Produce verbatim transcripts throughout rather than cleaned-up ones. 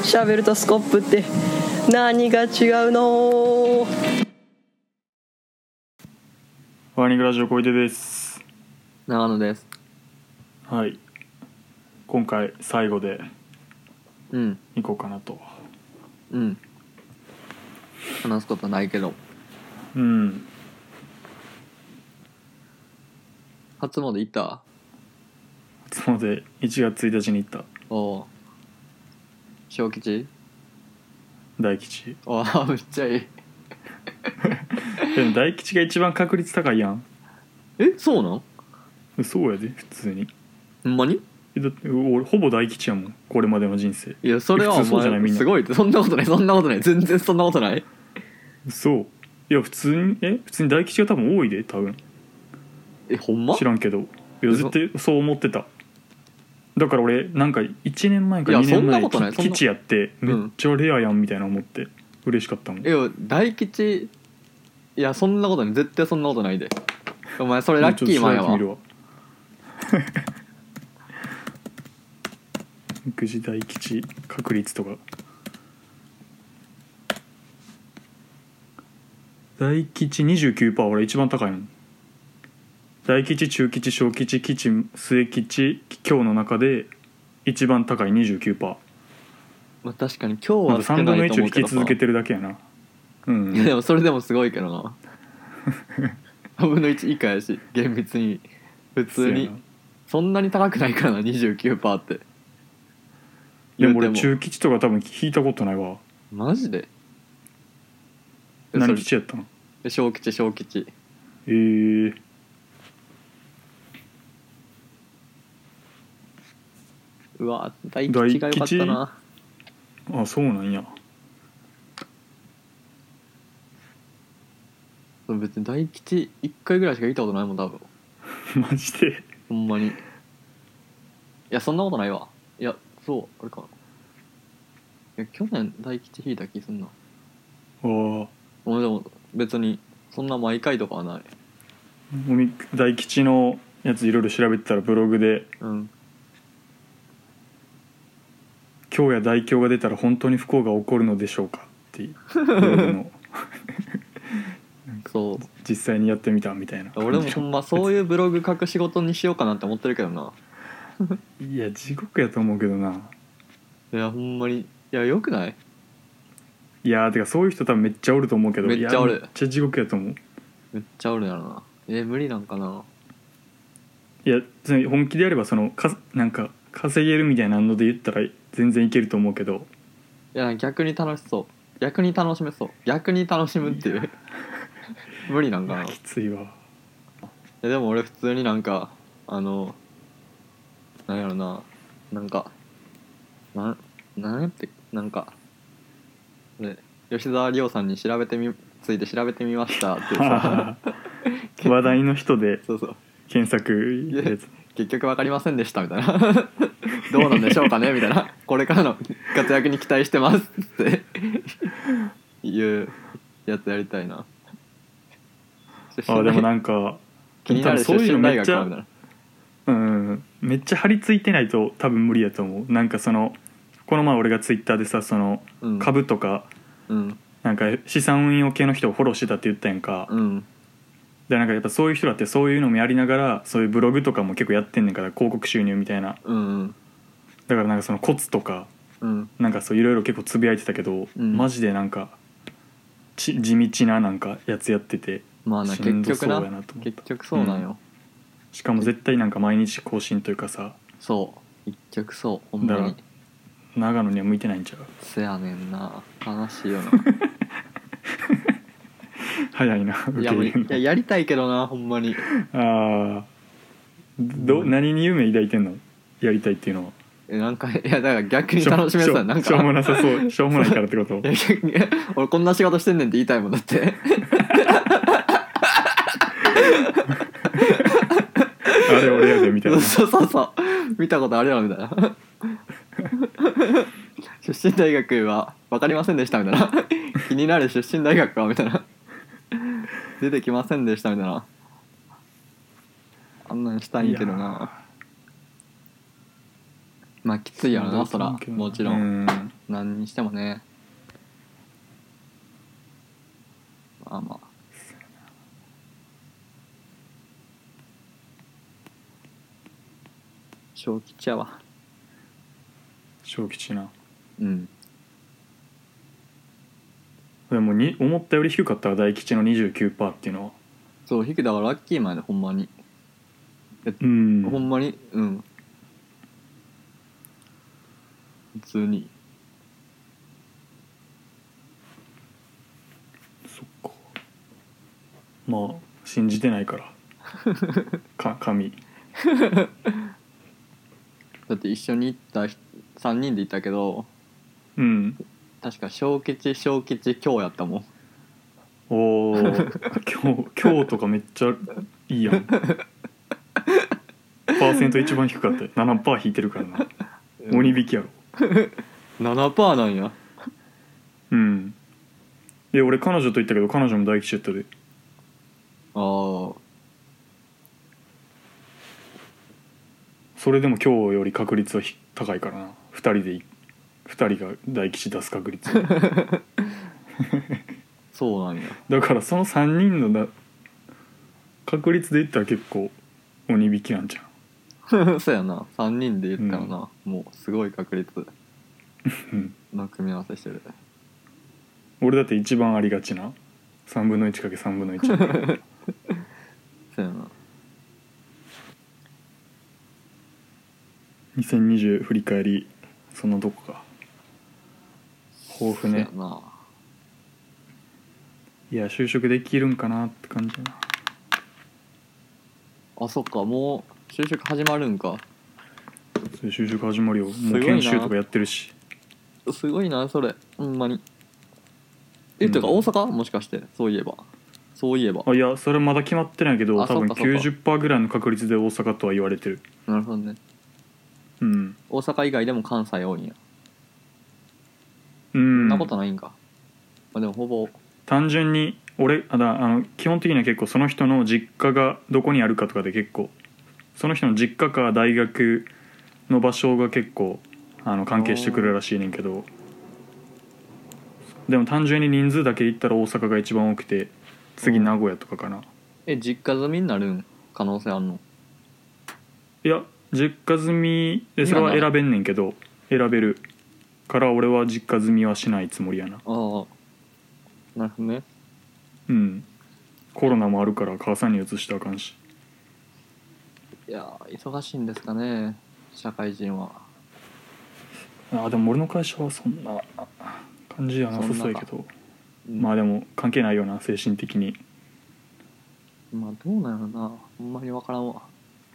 シャベルとスコップって何が違うの？ ワーニングラジオ小出です。 長野です。 はい、今回最後でうん行こうかなと。 うん話すことないけどうん初詣行った？ 初詣いちがつついたちに行った。 おう小吉？ 大吉。 おあめっちゃいいでも大吉が一番確率高いやん。 えそうなん？ そうやで普通に。 ほんまに？ えだって俺ほぼ大吉やもんこれまでの人生。 いやそれはお普通そうじゃないみんな前すごいって。そんなことないそんなことない全然そんなことない。 そういや普通にえ普通に大吉が多分多いで多分。 えほんま？ 知らんけどいや絶対そう思ってた。だから俺なんかいちねんまえかにねんまえいやそんなことないそんな吉やってめっちゃレアやんみたいな思って嬉しかったもん。 いや大吉いやそんなことない絶対そんなことないで。お前それラッキーマンやわ。 くじ大吉確率とか大吉 にじゅうきゅうパーセント 俺一番高いもん。大吉中吉小吉吉末吉今日の中で一番高い にじゅうきゅうパーセント。 まあ、確かに今日は少さんぶんのないいちを引きと思うけどさ。 続けてるだけやな。うんいやでもそれでもすごいけどなさんぶんのいち以下やし厳密に普通にそんなに高くないからな にじゅうきゅうパーセント って。 でも俺中吉とか多分引いたことないわ。 マジで？ 何吉やったの？ 小吉小吉。 えー、 うわ大吉が良かったな。 あそうなんや。 別に大吉いっかいぐらいしか見たことないもん多分マジでほんまに。いやそんなことないわ。いやそうあれかな。いや去年大吉引いた気すんな。 ああもうでも別にそんな毎回とかはない。 大吉のやついろいろ調べてたらブログで、 うん、 今日や大凶が出たら本当に不幸が起こるのでしょうかっていうブログのそう実際にやってみたみたいな。 俺もほんまそういうブログ書く仕事にしようかなって思ってるけどな。 いや地獄やと思うけどな。 いやほんまにいやよくない？ いやてかそういう人多分めっちゃおると思うけどめっちゃおる。 いやめっちゃ地獄やと思う。 めっちゃおるやろな。えー、無理なんかな。 いや本気でやればそのかなんか稼げるみたいなので言ったら全然いけると思うけど。 いや逆に楽しそう。逆に楽しめそう。逆に楽しむっていう無理なんかな。 きついわ。いやでも俺普通になんかあのなんやろななんかななんやってなんかで吉沢亮さんに調べてみついて調べてみましたってさ話題の人でそうそう検索やつ結局分かりませんでしたみたいなどうなんでしょうかねみたいなこれからの活躍に期待してますっていうやつやりたいな。 あでもなんか気になる出身大学はみたいな。 うんめっちゃ張り付いてないと多分無理やと思う。なんかそのこの前俺がツイッターでさその株とか、 うん、 なんか資産運用系の人をフォローしてたって言ったやんか、 うん、 でなんかやっぱそういう人だってそういうのもやりながらそういうブログとかも結構やってんねんから広告収入みたいな、 うん、 だからなんかそのコツとか、 うん、 なんかそういろいろ結構つぶやいてたけど、うん、マジでなんかち地道ななんかやつやっててまあな結局な結局そうなんよ、うん、 しかも絶対なんか毎日更新というかさ。 そう結局そうほんまに長野には向いてないんちゃう？ せやねんな悲しいよな早いな受け入れるの。 いや、いややりたいけどなほんまに。 ああど、うん、何に夢抱いてんの？やりたいっていうのは。 えなんかいやだから逆に楽しめそうや。なんかしょうもなさそうしょうもないからってこと？ いやいや俺こんな仕事してんねんって言いたいもんだってあれ俺やでみたいな。 そうそうそう見たことあるよみたいな出身大学は分かりませんでしたみたいな気になる出身大学はみたいな出てきませんでしたみたいなあんなんしたいんけどな。 まあきついやろなそらもちろん、 うん何にしてもね。まあまあ小吉やわ。 小吉な。 うん。 でもに思ったより低かったわ大吉の にじゅうきゅうパーセント っていうのは。 そう引きだからラッキーマンやでほんまに。 うんほんまにうん普通に。 そっか。まあ信じてないからか神。 だって一緒に行った人さんにんで行ったけどうん確か小吉小吉今日やったもん。 おお今日今日とかめっちゃいいやん。パーセント一番低かったよ。 ななパーセント 引いてるからな。鬼引きやろ。 ななパーセント なんや。 うんで俺彼女と行ったけど彼女も大吉やったで。 ああそれでも今日より確率はひ高いからな。ふたりでふたりが大吉出す確率そうなんや。 だからそのさんにんのな確率で言ったら結構鬼引きなんじゃん。 そうやなさんにんで言ったらな、うん、もうすごい確率の組み合わせしてる。 俺だって一番ありがちなさんぶんのいちかけるさんぶんのいちそうやな。 にせんにじゅう振り返りそのどこか豊富ね。 そうやな。 いや就職できるんかなって感じだな。 あそっかもう就職始まるんか。 それ就職始まるよ。もすごいなう研修とかやってるし。 すごいなそれほんまに。え、てか大阪もしかしてそういえばそういえばあいやそれまだ決まってないけどあ多分そっかそっかきゅうじゅっパーセント ぐらいの確率で大阪とは言われてる。 なるほどね。 うん大阪以外でも関西多いんや。 うそんんなことないんか。まあでもほぼ単純に俺あだあの基本的には結構その人の実家がどこにあるかとかで結構その人の実家か大学の場所が結構あの関係してくるらしいねんけど、でも単純に人数だけ言ったら大阪が一番多くて次名古屋とかかな。 え実家済みになるん可能性あんの。 いや実家済みでそれは選べんねんけど選べるから俺は実家済みはしないつもりやな。 ああなるほどね。 うんコロナもあるから母さんに移したらあかんし。 いや忙しいんですかね社会人は。 あでも俺の会社はそんな感じじゃなさそうやけど、 うん、 まあでも関係ないよな精神的に。 まあどうなんやろなほんまに分からんわ。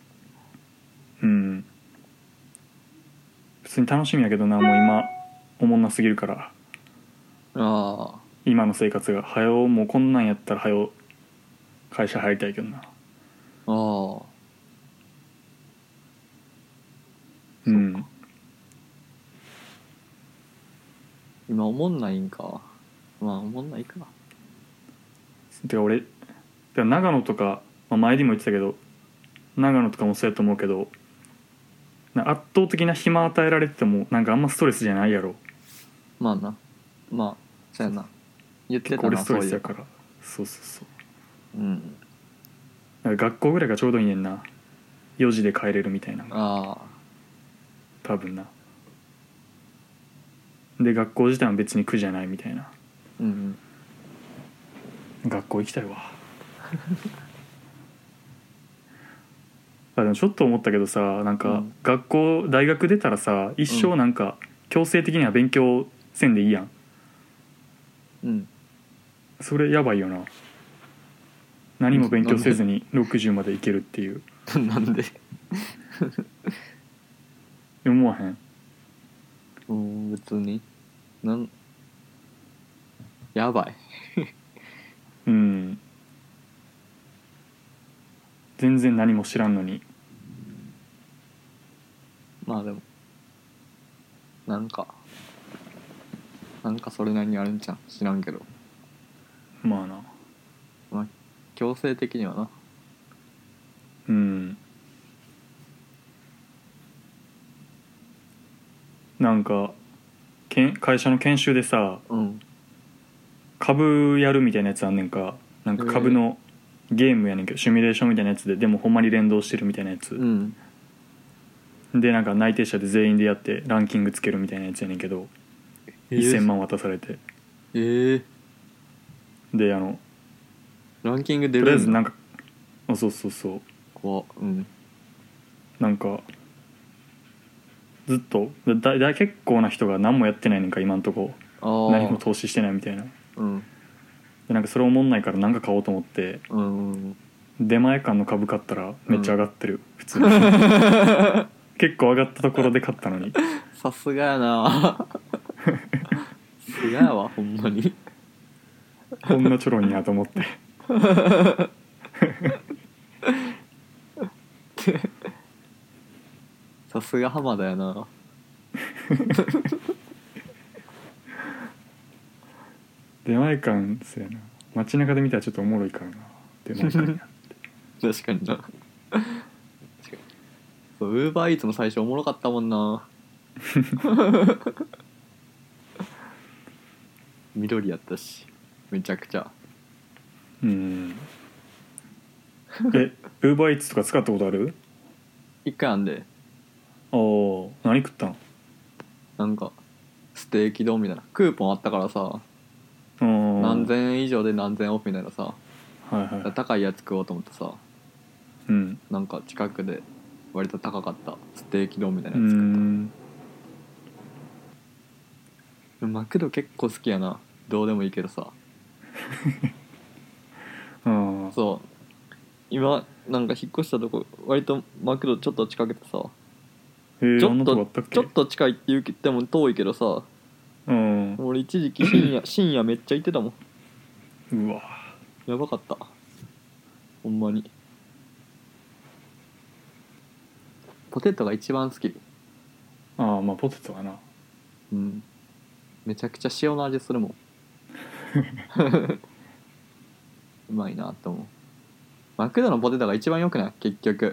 うん普通に楽しみやけどなもう今おもんなすぎるからああ今の生活がはよもうこんなんやったらはよ会社入りたいけどな。 ああうん今おもんないんか。まあおもんないか。 てか俺てか長野とか、まあ、前にも言ってたけど長野とかもそうやと思うけどな圧倒的な暇与えられててもなんかあんまストレスじゃないやろ。 まあなまあそうやな言ってた結構俺ストなそういう。 レスやからそうそうそううんなんか学校ぐらいがちょうどいいねんな。よじで帰れるみたいなああ多分な。で学校自体も別に苦じゃないみたいな。 うん学校行きたいわあでもちょっと思ったけどさなんかうん学校大学出たらさ一生なんか強制的には勉強せんでいいやん。 うんそれやばいよな。何も勉強せずにろくじゅうまでいけるっていう。 なんで思わへん。 うん別になんやばいうん全然何も知らんのに。 まあでもなんかなんかそれなりにあるんちゃう知らんけど。 まあなまあ強制的にはな。 うんなんかけん会社の研修でさうん株やるみたいなやつあんねんか。なんか株のゲームやねんけどシミュレーションみたいなやつででもほんまに連動してるみたいなやつ、 うんでなんか内定者で全員でやってランキングつけるみたいなやつやねんけど、 えーせんまん渡されて、 えー、 であのランキング出とるんだりあえずなんかあそうそうそう怖っうんなんかずっとだだ結構な人が何もやってないねんか今んとこ。 ああ何も投資してないみたいな。 うんでなんかそれおもんないから何か買おうと思ってうんうん出前館の株買ったらめっちゃ上がってる、普通に結構上がったところで買ったのにさすがやなさすがやわほんまにこんなちょろいんやと思ってさすが浜田やな出前館そうやな、街中で見たらちょっとおもろいからな出前館や確かにな確かにそうウーバーイーツも最初おもろかったもんな緑やったしめちゃくちゃうんえウーバーイーツとか使ったことある？ 一回あんでああ何食ったん？ なんかステーキ丼みたいなクーポンあったからさ何何千円以上で何千円オフみたいなさはいはい高いやつ食おうと思ってさうんなんか近くで割と高かったステーキ丼みたいうなーやつ食っんたマクド結構好きやなどうでもいいけどさあそう今なんか引っ越したとこ割とマクドちょっと近くてさへえあんなちょっととこあったっけ？ ちょっと近いって言っても遠いけどさうん俺一時期深夜深夜めっちゃ行ってたもんうわやばかったほんまにポテトが一番好きああまあポテトはなうんめちゃくちゃ塩の味するもんうまいなって思うマクドのポテトが一番良くない結局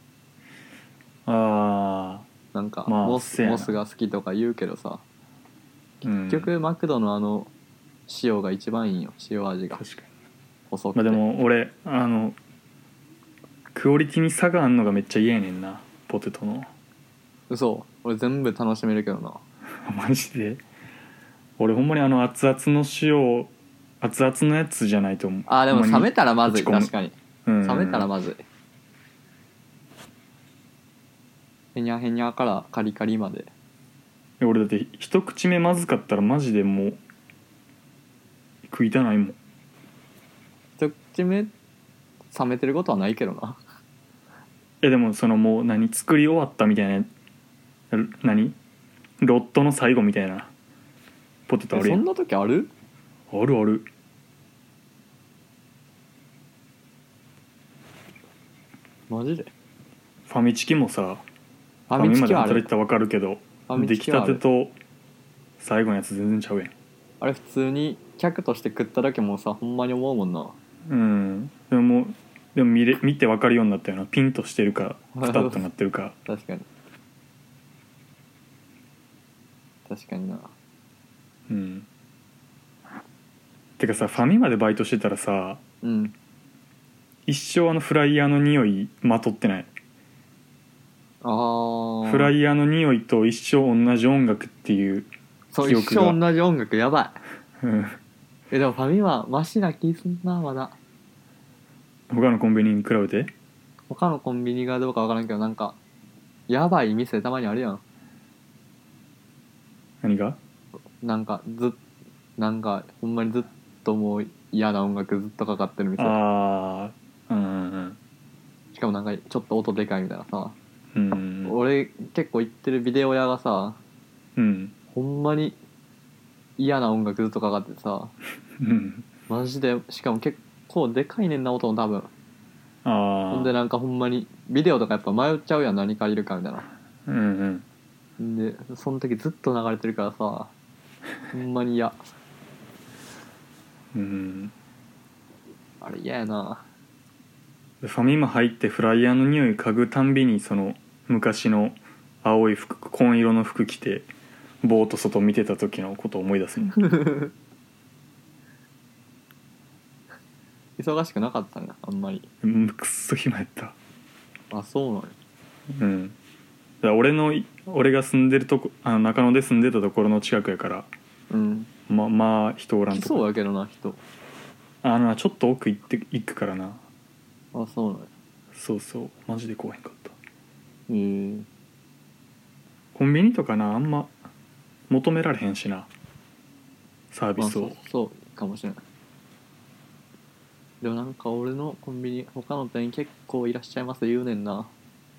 あなんかまあモス、 せやなモスが好きとか言うけどさあ、うん、 結局マクドのあの塩が一番いいんよ塩味が確かに細くて、 まあでも俺あのクオリティに差があんのがめっちゃ嫌やねんなポテトの嘘俺全部楽しめるけどなマジで俺ほんまにあの熱々の塩熱々のやつじゃないと思う。 あーでもほんまに冷めたらまずい落ち込む確かにうん冷めたらまずいへにゃへにゃからカリカリまで俺だって一口目まずかったらマジでもう食いたないもん。 一口目冷めてることはないけどなえでもそのもう何作り終わったみたいな何ロットの最後みたいなポテトあるやん。 そんな時あるあるある。 マジでファミチキもさファミチまでキはある働いてたら分かるけどファミ出来たチキはあるてと最後のやつ全然ちゃうやん。 あれ普通に客として食っただけもさほんまに思うもんなうんでももうでも見れ見て分かるようになったよな。ピンとしてるかクタッとなってるか確かに確かになうんてかさファミマでバイトしてたらさうん一生あのフライヤーの匂いまとってない？ あーフライヤーの匂いと一生同じ音楽っていうそう一記憶が生同じ音楽やばいうんえでもファミママシな気すんなまだ他のコンビニに比べて他のコンビニがどうかわからんけどなんかやばい店たまにあるやん何が？ なんかずっなんかほんまにずっともう嫌な音楽ずっとかかってる店ああうんうんしかもなんかちょっと音でかいみたいなさ、 うんうん俺結構行ってるビデオ屋がさうんほんまに嫌な音楽ずっとかかっててさうんマジでしかも結構でかいねんな音も多分ああほんでなんかほんまにビデオとかやっぱ迷っちゃうやん何借りるかみたいなうんうんでその時ずっと流れてるからさほんまに嫌うんあれ嫌やなファミマ入ってフライヤーの匂い嗅ぐたんびにその昔の青い服紺色の服着てぼーっと外見てた時のことを思い出すもん忙しくなかったんやあんまり。 うんくっそ暇やった。 あ、そうなんや。 うんだから俺の俺が住んでるとこあの中野で住んでたところの近くやから、 うんままあ人おらんとこ。 そうやけどな人。 あのちょっと奥行って行くからな。 あ、そうなんや。 そうそうマジで来おへんかった。 へえ。 コンビニとかなあんま求められへんしなサービあ、 スを。 そうそうかもしれない。でもなんか俺のコンビニ他の店員結構いらっしゃいます言うねんな。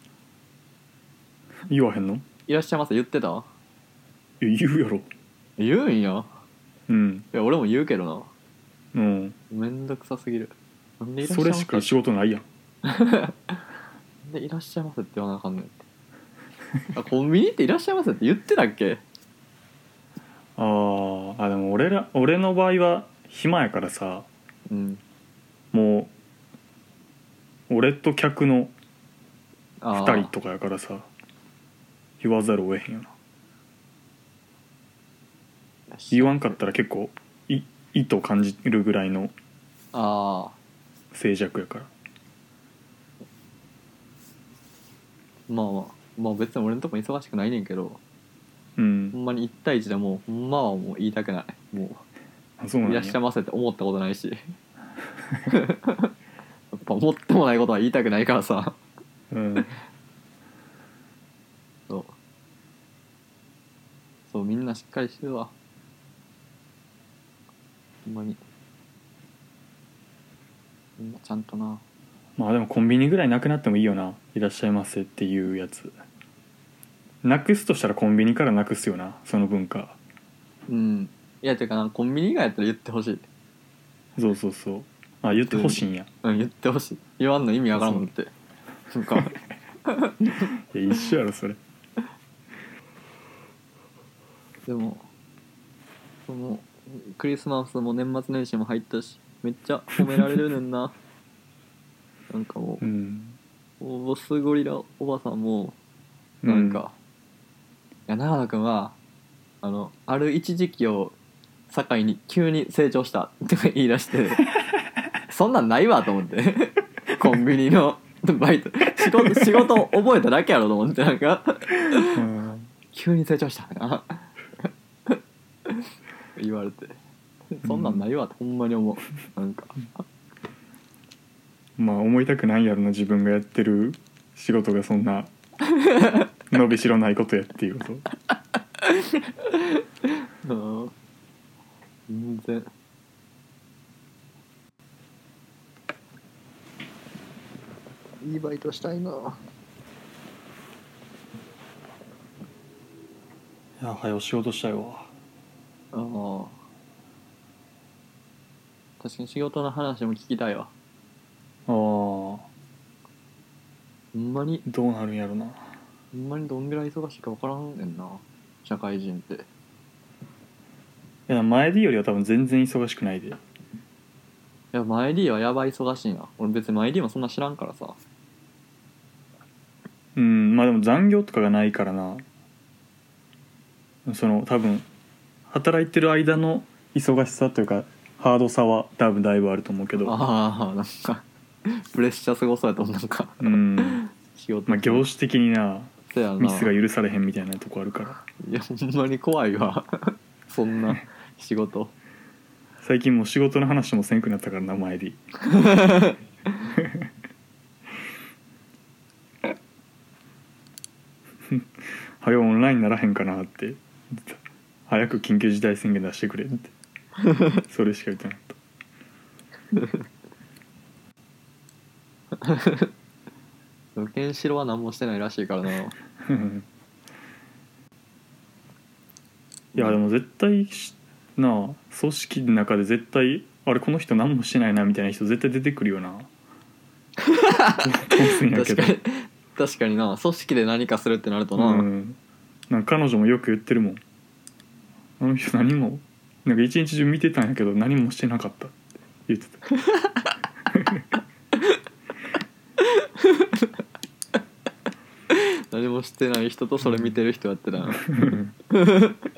言わへんの？ いらっしゃいます言ってた？ いや言うやろ。 言うんや。 うんいや俺も言うけどな。 うんめんどくさすぎる。なんでいらっしゃいますそれしか仕事ないやん。 なんでいらっしゃいますって言わなあかんねんってあ、コンビニっていらっしゃいますって言ってたっけ？ あーあでも俺ら俺の場合は暇やからさ、 うん。 もう俺と客のあふたりとかやからさ言わざるを得へんよな。言わんかったら結構い意図感じるぐらいのああ、 静寂やから。 まあまあまあ別に俺のとこ忙しくないねんけど、 うんほんまにいち対いちでもうほんまはもう言いたくない。もうあそうなんや。 いらっしゃいませって思ったことないしやっぱ思ってもないことは言いたくないからさうんそうそうみんなしっかりしてるわほんまに。みんなちゃんとな。 まあでもコンビニぐらいなくなってもいいよな。いらっしゃいませっていうやつなくすとしたらコンビニからなくすよなその文化。 うんいやていうかなコンビニ以外やったら言ってほしい。 そうそうそうあ言ってほしいんや。 うん言ってほしい。言わんの意味わからんもんってなんかいや一緒やろそれ。 でもそのクリスマスも年末年始も入ったしめっちゃ褒められるねんななんかもう、 うんもうボスゴリラおばさんもなんか、いや長野くんはあのある一時期を境に急に成長したって言い出してそんなんないわと思ってコンビニのバイト仕事仕事を覚えただけやろと思ってなんかうん急に成長したな言われてそんなんないわってほんまに思うなんかまあ思いたくないやろな自分がやってる仕事がそんな伸びしろないことやっていうことうん全然いいバイトしたいな。 いや早う仕事したいわ。 ああ確かに仕事の話も聞きたいわ。 ああほんまにどうなるんやろな。 ほんまにどんぐらい忙しいか分からんねんな社会人って。 いや前 D よりは多分全然忙しくないで。 いや前 D はやばい忙しいな。俺別に前 D もそんな知らんからさ。 うんまあでも残業とかがないからな。その多分働いてる間の忙しさというかハードさは多分だいぶあると思うけど。 ああなんかプレッシャーすごそうやと思うなんかうん仕事まあ業種的になそうやなミスが許されへんみたいなとこあるから。 いやほんまに怖いわそんな仕事。 最近もう仕事の話もせんくなったからな前 D 早うオンラインならへんかなって早く緊急事態宣言出してくれってそれしか言ってなかったケンシロウは何もしてないらしいからな。 いやでも絶対しなあ組織の中で絶対あれこの人何もしてないなみたいな人絶対出てくるよなどうすんやけど確かに確かにな組織で何かするってなるとな、 うん、なんか彼女もよく言ってるもん。あの人何もなんか一日中見てたんやけど何もしてなかったって言ってた何もしてない人とそれ見てる人やってたな